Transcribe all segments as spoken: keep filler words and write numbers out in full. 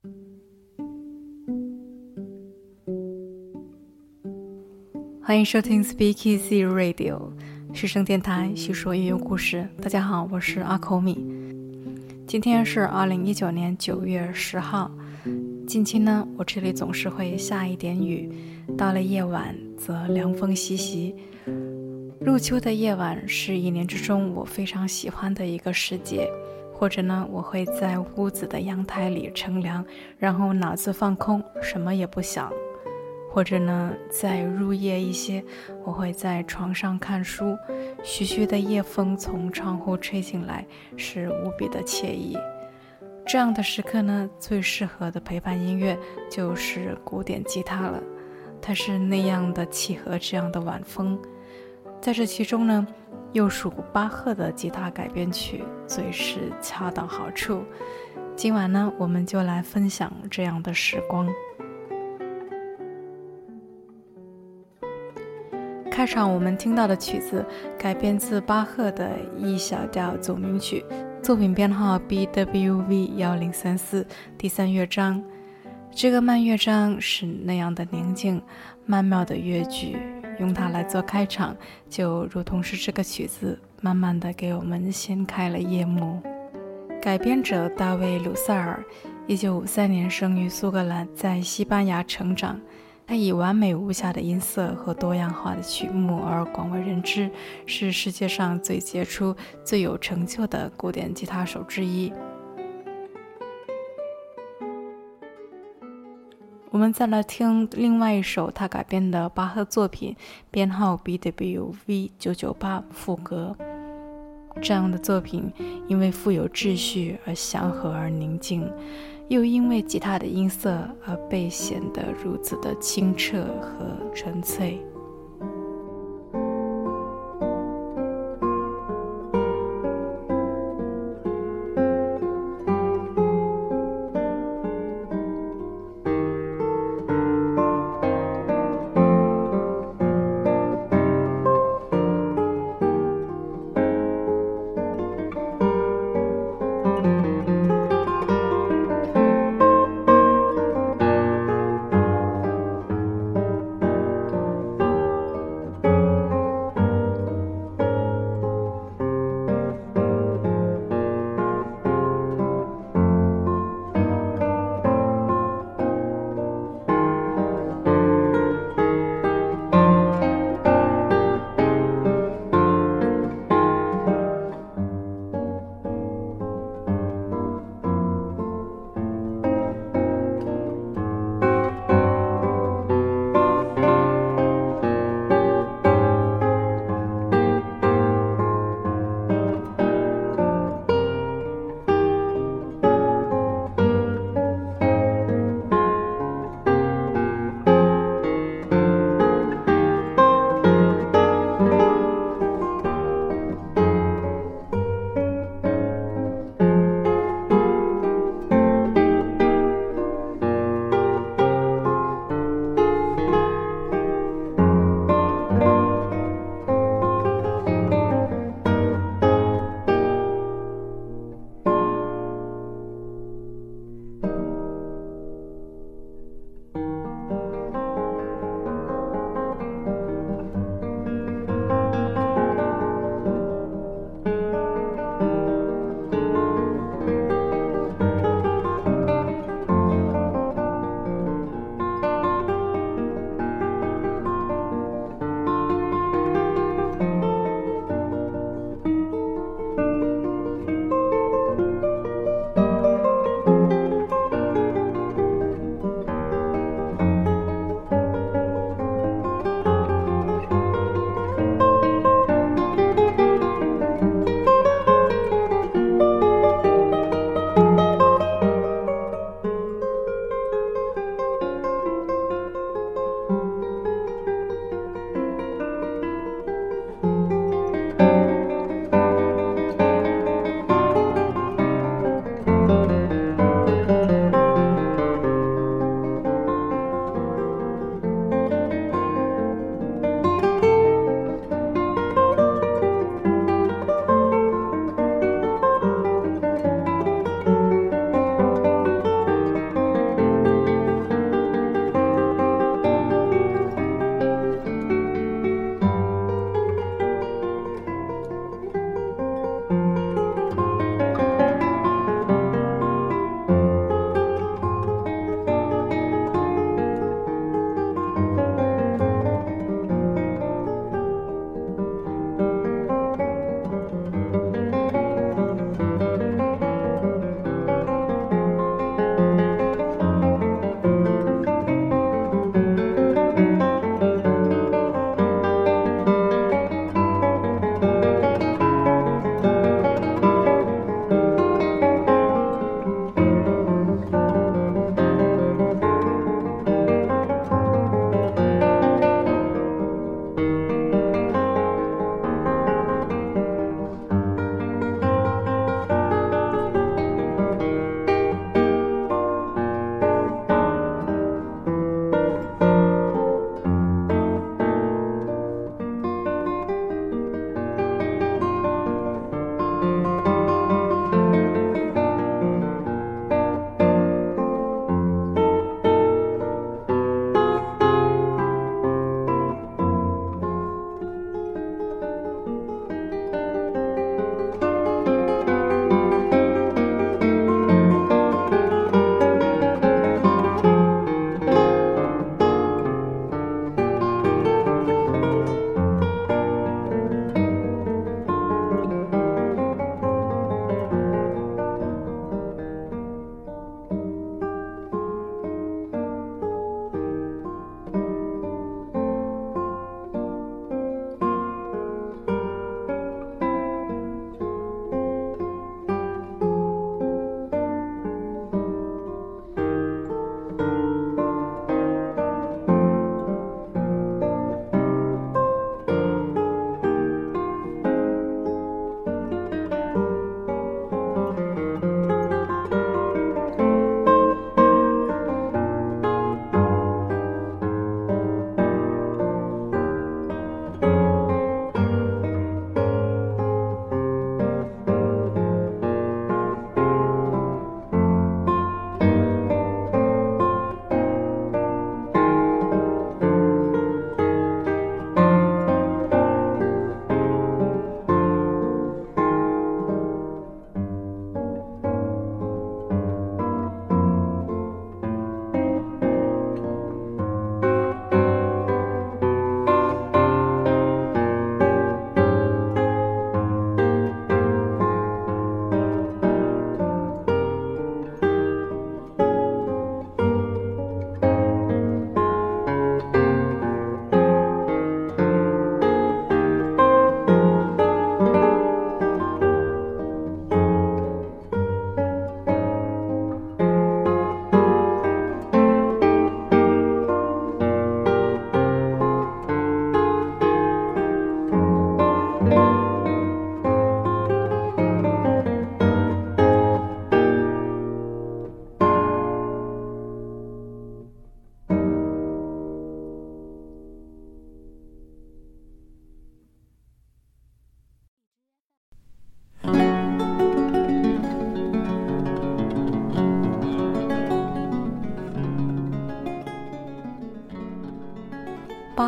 欢迎收听 Speakeasy Radio 师生电台，叙说音乐故事。大家好，我是阿口米。今天是二零一九年九月十号。近期呢，我这里总是会下一点雨，到了夜晚则凉风习习。入秋的夜晚是一年之中我非常喜欢的一个时节，或者呢，我会在屋子的阳台里乘凉，然后脑子放空，什么也不想。或者呢，再入夜一些，我会在床上看书，徐徐的夜风从窗户吹进来，是无比的惬意。这样的时刻呢，最适合的陪伴音乐就是古典吉他了，它是那样的契合这样的晚风。在这其中呢，又属巴赫的吉他改编曲最是恰到好处。今晚呢，我们就来分享这样的时光。开场我们听到的曲子改编自巴赫的 E 小调奏鸣曲，作品编号 B W V 一零三四，第三乐章。这个慢乐章是那样的宁静曼妙的乐句，用它来做开场，就如同是这个曲子慢慢的给我们掀开了夜幕。改编者大卫·鲁塞尔，一九五三年生于苏格兰，在西班牙成长。他以完美无瑕的音色和多样化的曲目而广为人知，是世界上最杰出、最有成就的古典吉他手之一。我们再来听另外一首他改编的巴赫作品，编号 B W V 九九八，赋格。这样的作品因为富有秩序而祥和而宁静，又因为吉他的音色而被显得如此的清澈和纯粹。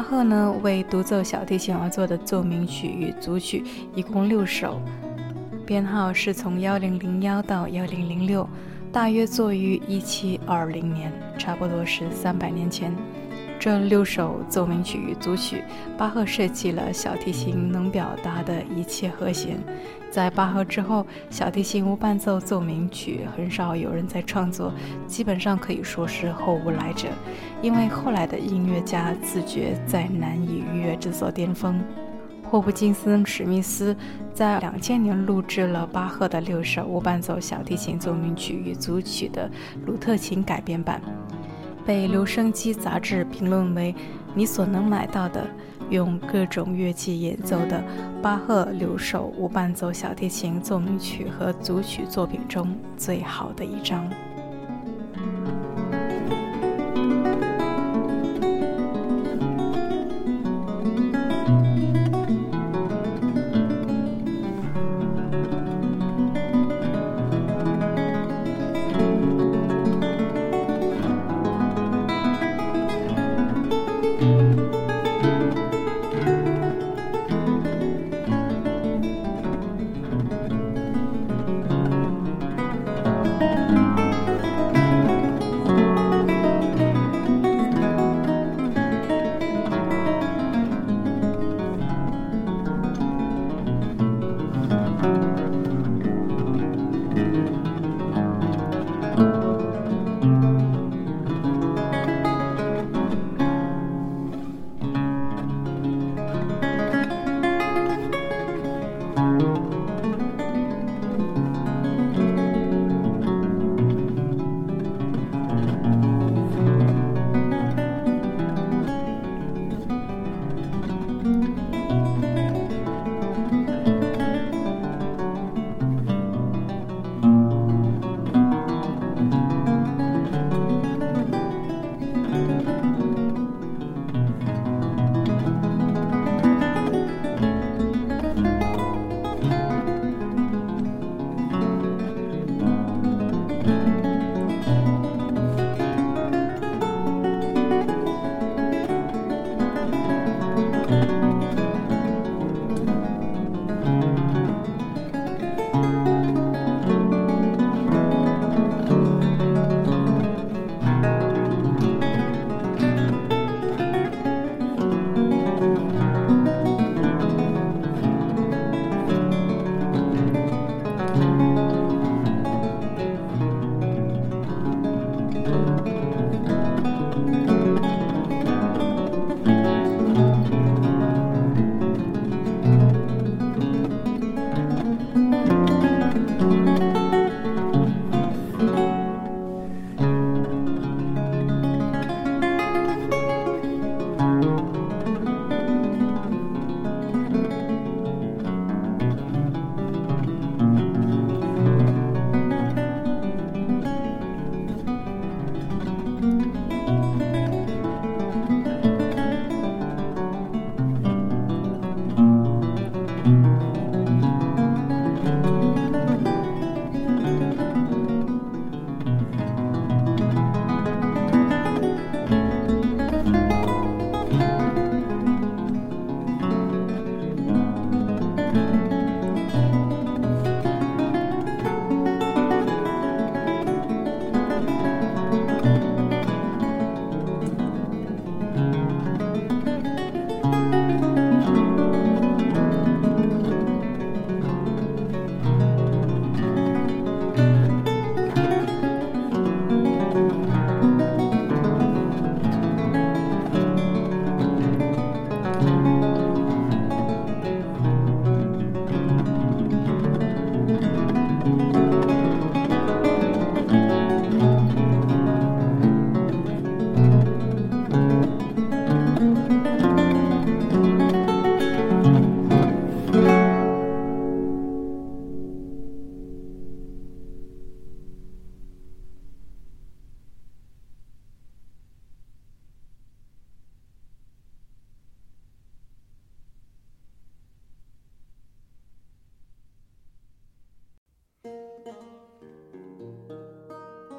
赫呢为独奏小提琴而作的奏鸣曲与组曲一共六首，编号是从一零零一到一零零六，大约作于一七二零年，差不多是三百年前。这六首奏鸣曲与组曲，巴赫设计了小提琴能表达的一切和弦。在巴赫之后，小提琴无伴奏奏鸣曲很少有人在创作，基本上可以说是后无来者，因为后来的音乐家自觉再难以逾越这座巅峰。霍普金森史密斯在两千年录制了巴赫的六首无伴奏小提琴奏鸣曲与组曲的鲁特琴改编版，被留声机杂志评论为你所能买到的用各种乐器演奏的巴赫六首无伴奏小提琴奏鸣曲和组曲作品中最好的一张。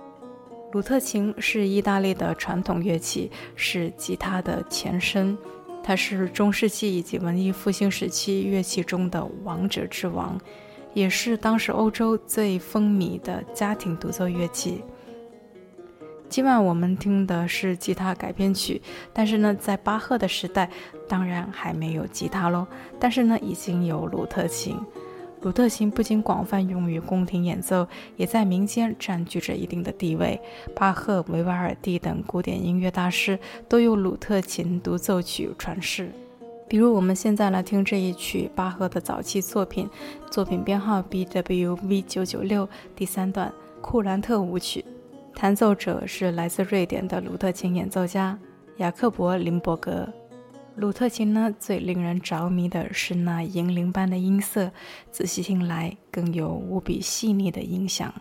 鲁特琴是意大利的传统乐器，是吉他的前身。 他是中世纪以及文艺复兴时期乐器中的王者之王，也是当时欧洲最风靡的家庭独奏乐器。今晚我们听的是吉他改编曲，但是呢，在巴赫的时代，当然还没有吉他咯，但是呢，已经有鲁特琴。鲁特琴不仅广泛用于宫廷演奏，也在民间占据着一定的地位。巴赫、维瓦尔第等古典音乐大师都用鲁特琴独奏曲传世。比如我们现在来听这一曲巴赫的早期作品，作品编号 B W V 九九六， 第三段库兰特舞曲，弹奏者是来自瑞典的鲁特琴演奏家雅克伯·林伯格。鲁特琴呢，最令人着迷的是那银铃般的音色，仔细听来更有无比细腻的音响。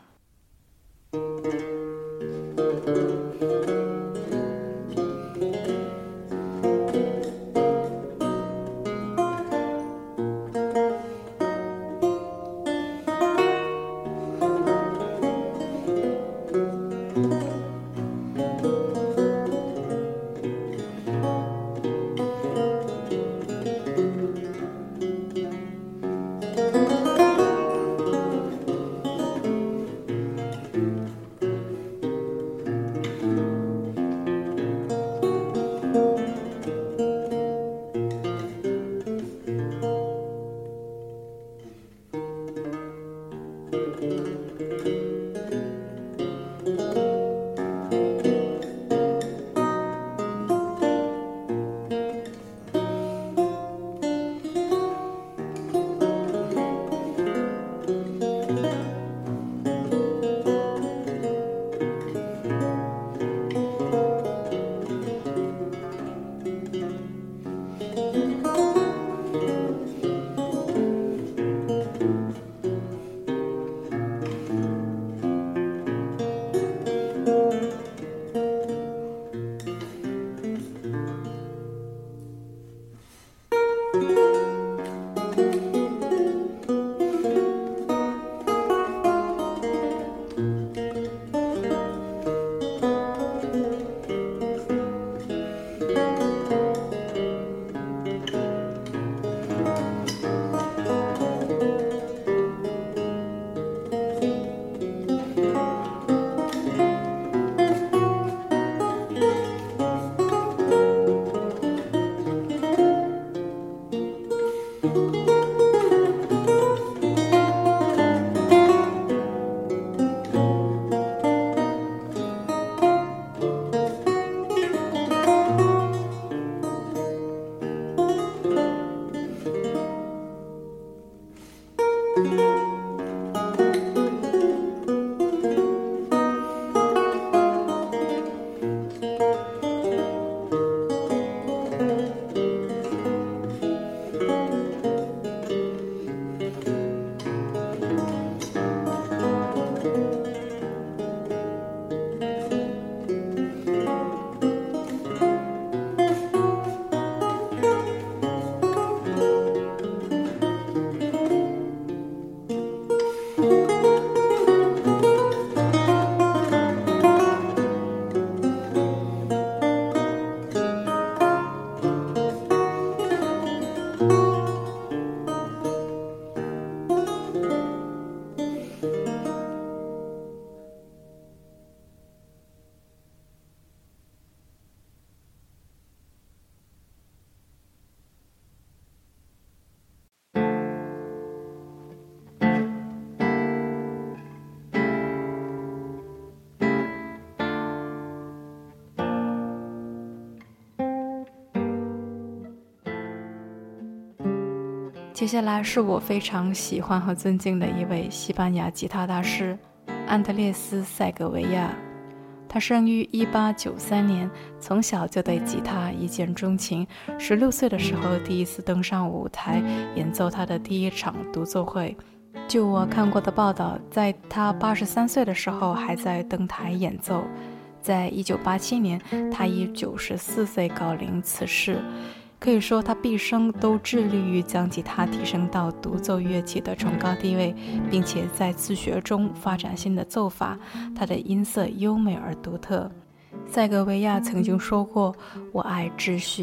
接下来是我非常喜欢和尊敬的一位西班牙吉他大师安德烈斯·塞戈维亚。他生于一八九三年，从小就对吉他一见钟情。十六岁的时候，第一次登上舞台，演奏他的第一场独奏会。就我看过的报道，在他八十三岁的时候还在登台演奏。在一九八七年，他以九十四岁高龄辞世。可以说他毕生都致力于将吉他提升到独奏乐器的崇高地位，并且在自学中发展新的奏法。他的音色优美而独特。塞戈维亚曾经说过，我爱秩序，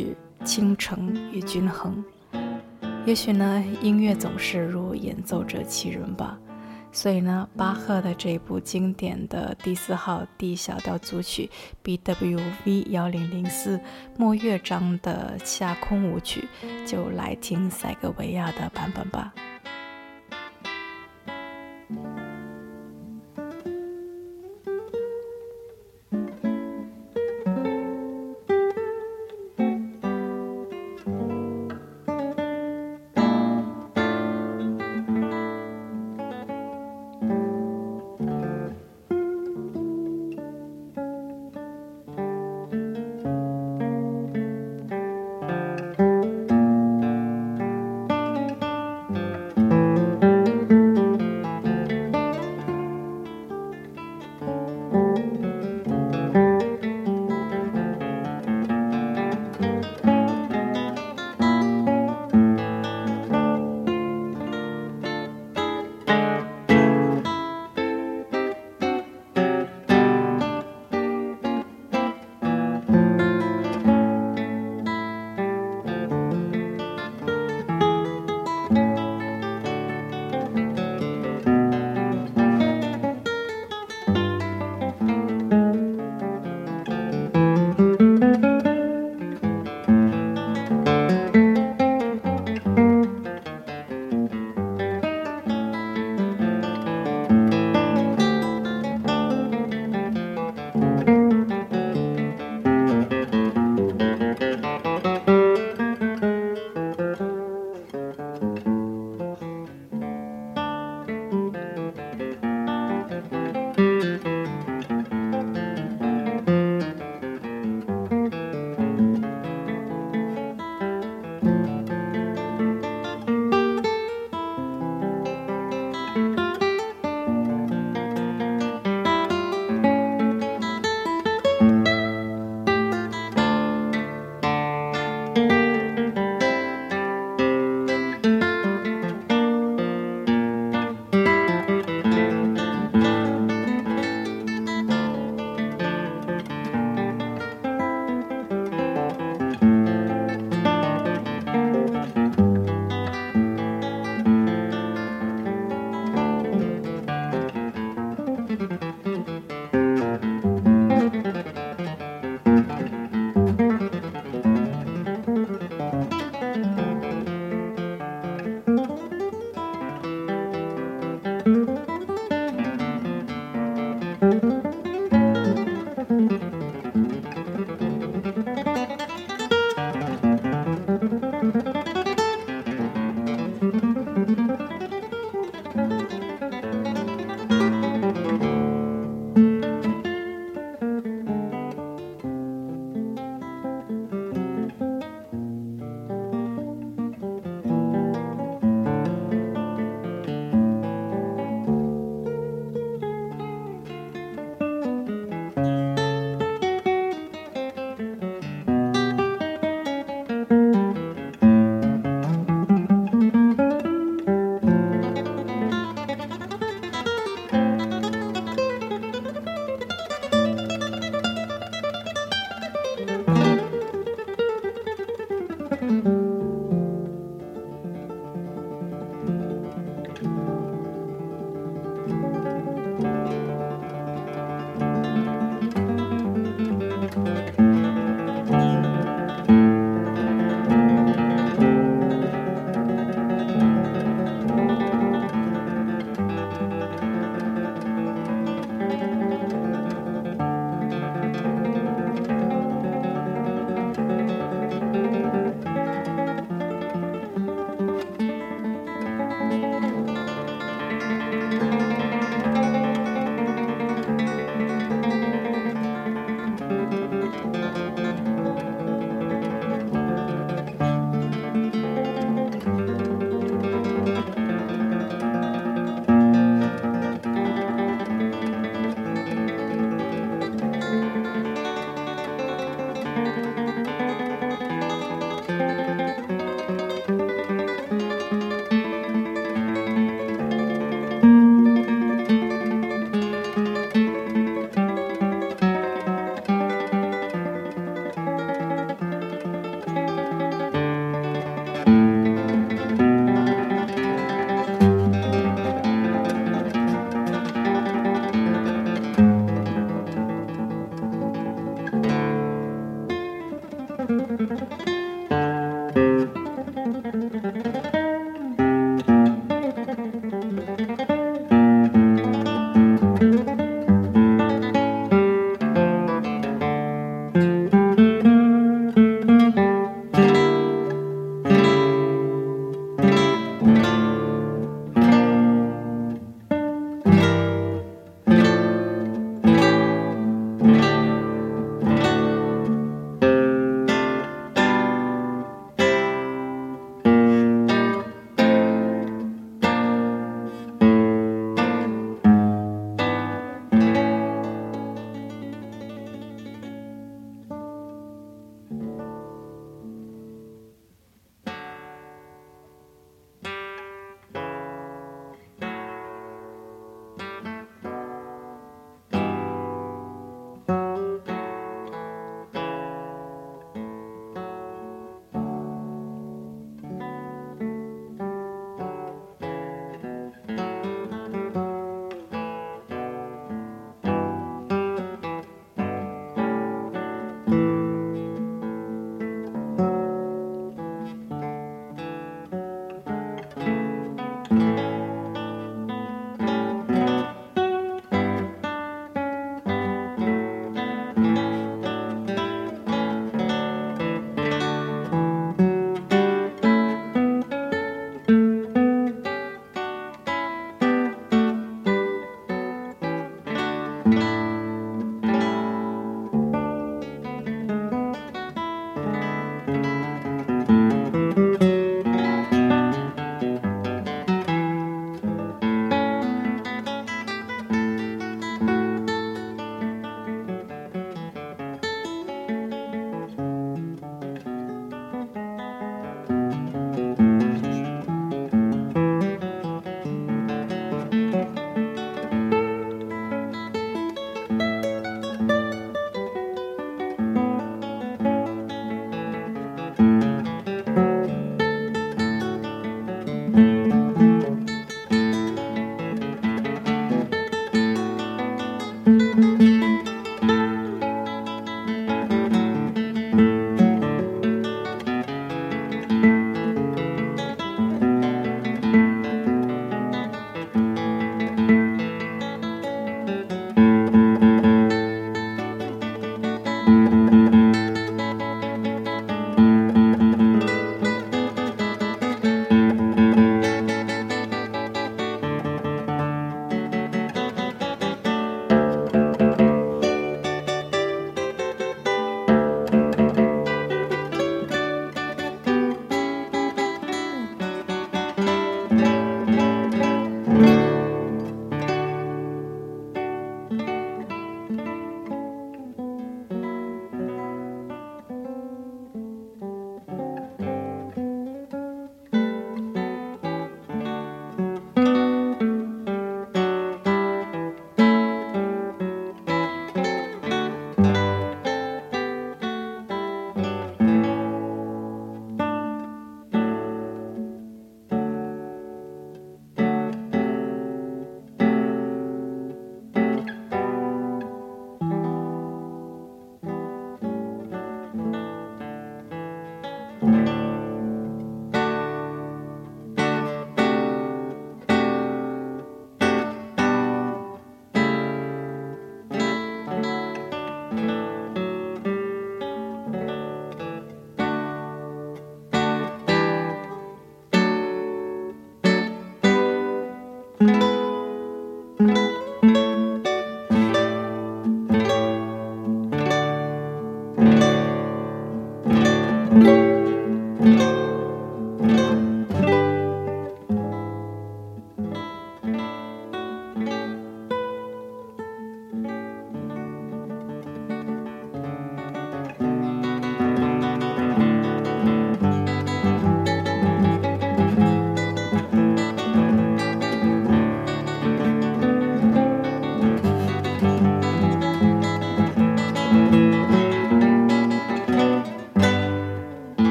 倾城与均衡。也许呢，音乐总是如演奏者其人吧。所以呢，巴赫的这部经典的第四号 D 小调组曲 B W V 一零零四末乐章的夏空舞曲，就来听塞戈维亚的版本吧。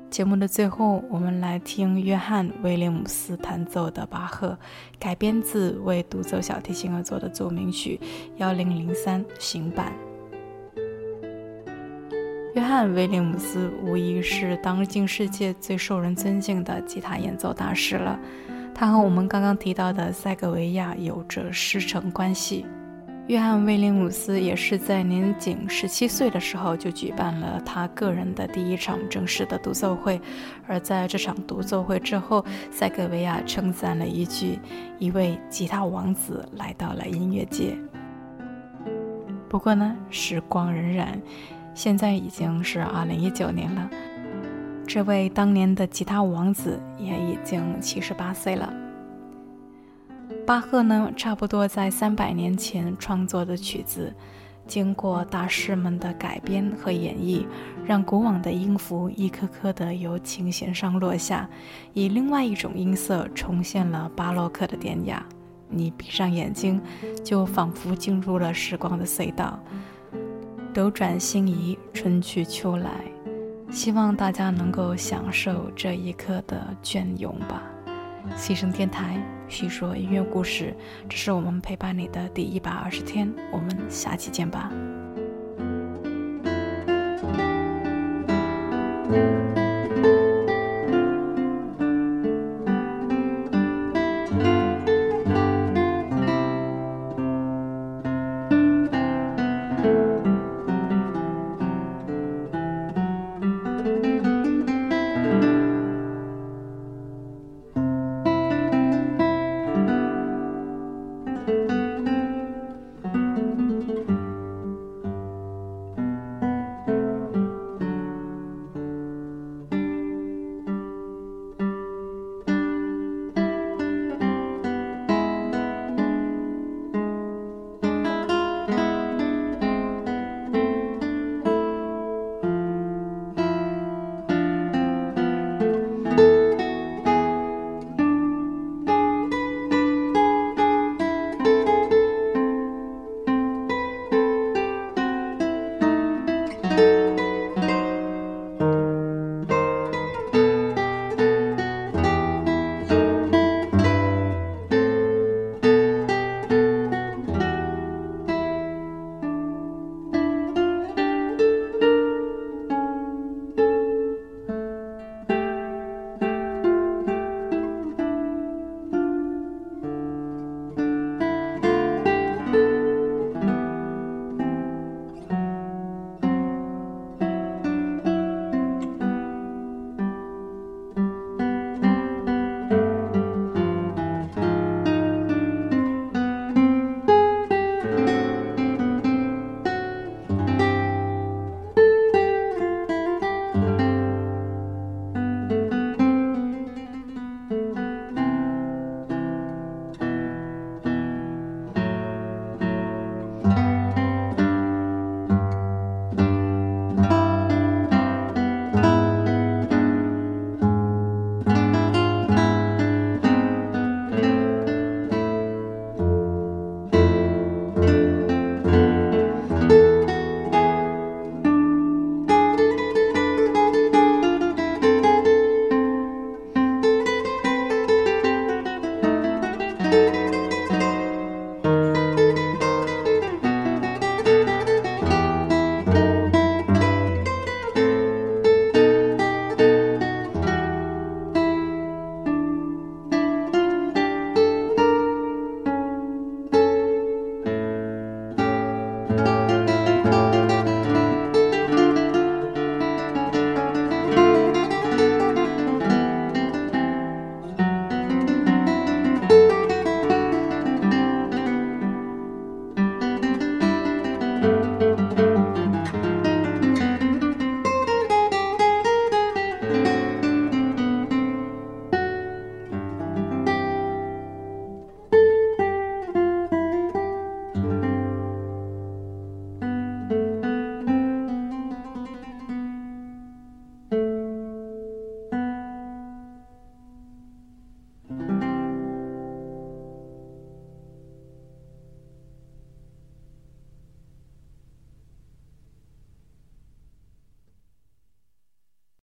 节目的最后，我们来听约翰·威廉姆斯弹奏的巴赫改编自为独奏小提琴而作的奏鸣曲一零零三行版。约翰·威廉姆斯无疑是当今世界最受人尊敬的吉他演奏大师了，他和我们刚刚提到的塞戈维亚有着师承关系。约翰·威廉姆斯也是在年仅十七岁的时候就举办了他个人的第一场正式的独奏会，而在这场独奏会之后，塞戈维亚称赞了一句：一位吉他王子来到了音乐界。不过呢，时光荏苒，现在已经是二零一九年了，这位当年的吉他王子也已经七十八岁了。巴赫呢，差不多在三百年前创作的曲子，经过大师们的改编和演绎，让古往的音符一颗颗的由琴弦上落下，以另外一种音色重现了巴洛克的典雅。你闭上眼睛，就仿佛进入了时光的隧道，斗转星移，春去秋来。希望大家能够享受这一刻的隽永吧。西声电台叙说音乐故事，这是我们陪伴你的第一百二十天，我们下期见吧。